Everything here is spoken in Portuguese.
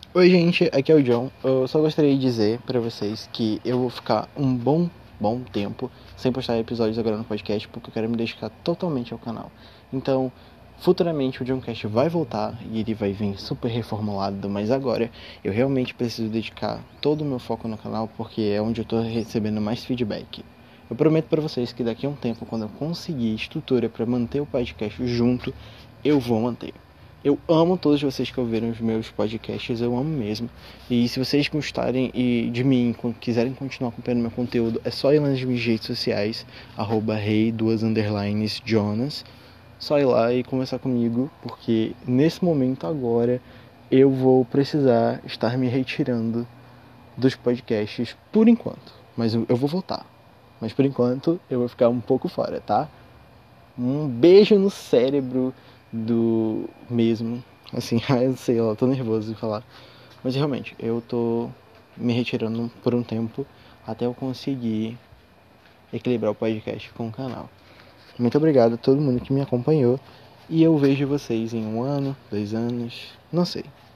Oi, gente, aqui é o John. Eu só gostaria de dizer pra vocês que eu vou ficar um bom tempo sem postar episódios agora no podcast, porque eu quero me dedicar totalmente ao canal. Então, futuramente o Johncast vai voltar e ele vai vir super reformulado, mas agora eu realmente preciso dedicar todo o meu foco no canal, porque é onde eu tô recebendo mais feedback. Eu prometo pra vocês que daqui a um tempo, quando eu conseguir estrutura pra manter o podcast junto, eu vou manter. Eu amo todos vocês que ouviram os meus podcasts, eu amo mesmo. E se vocês gostarem de mim, quiserem continuar acompanhando meu conteúdo, é só ir nas minhas redes sociais, @rei_Jonas. Só ir lá e conversar comigo, porque nesse momento agora eu vou precisar estar me retirando dos podcasts por enquanto. Mas eu vou voltar. Mas por enquanto eu vou ficar um pouco fora, tá? Um beijo no cérebro do mesmo. Assim, eu sei lá, tô nervoso de falar. Mas realmente, eu tô me retirando por um tempo até eu conseguir equilibrar o podcast com o canal. Muito obrigado a todo mundo que me acompanhou. E eu vejo vocês em 1 ano, 2 anos, não sei.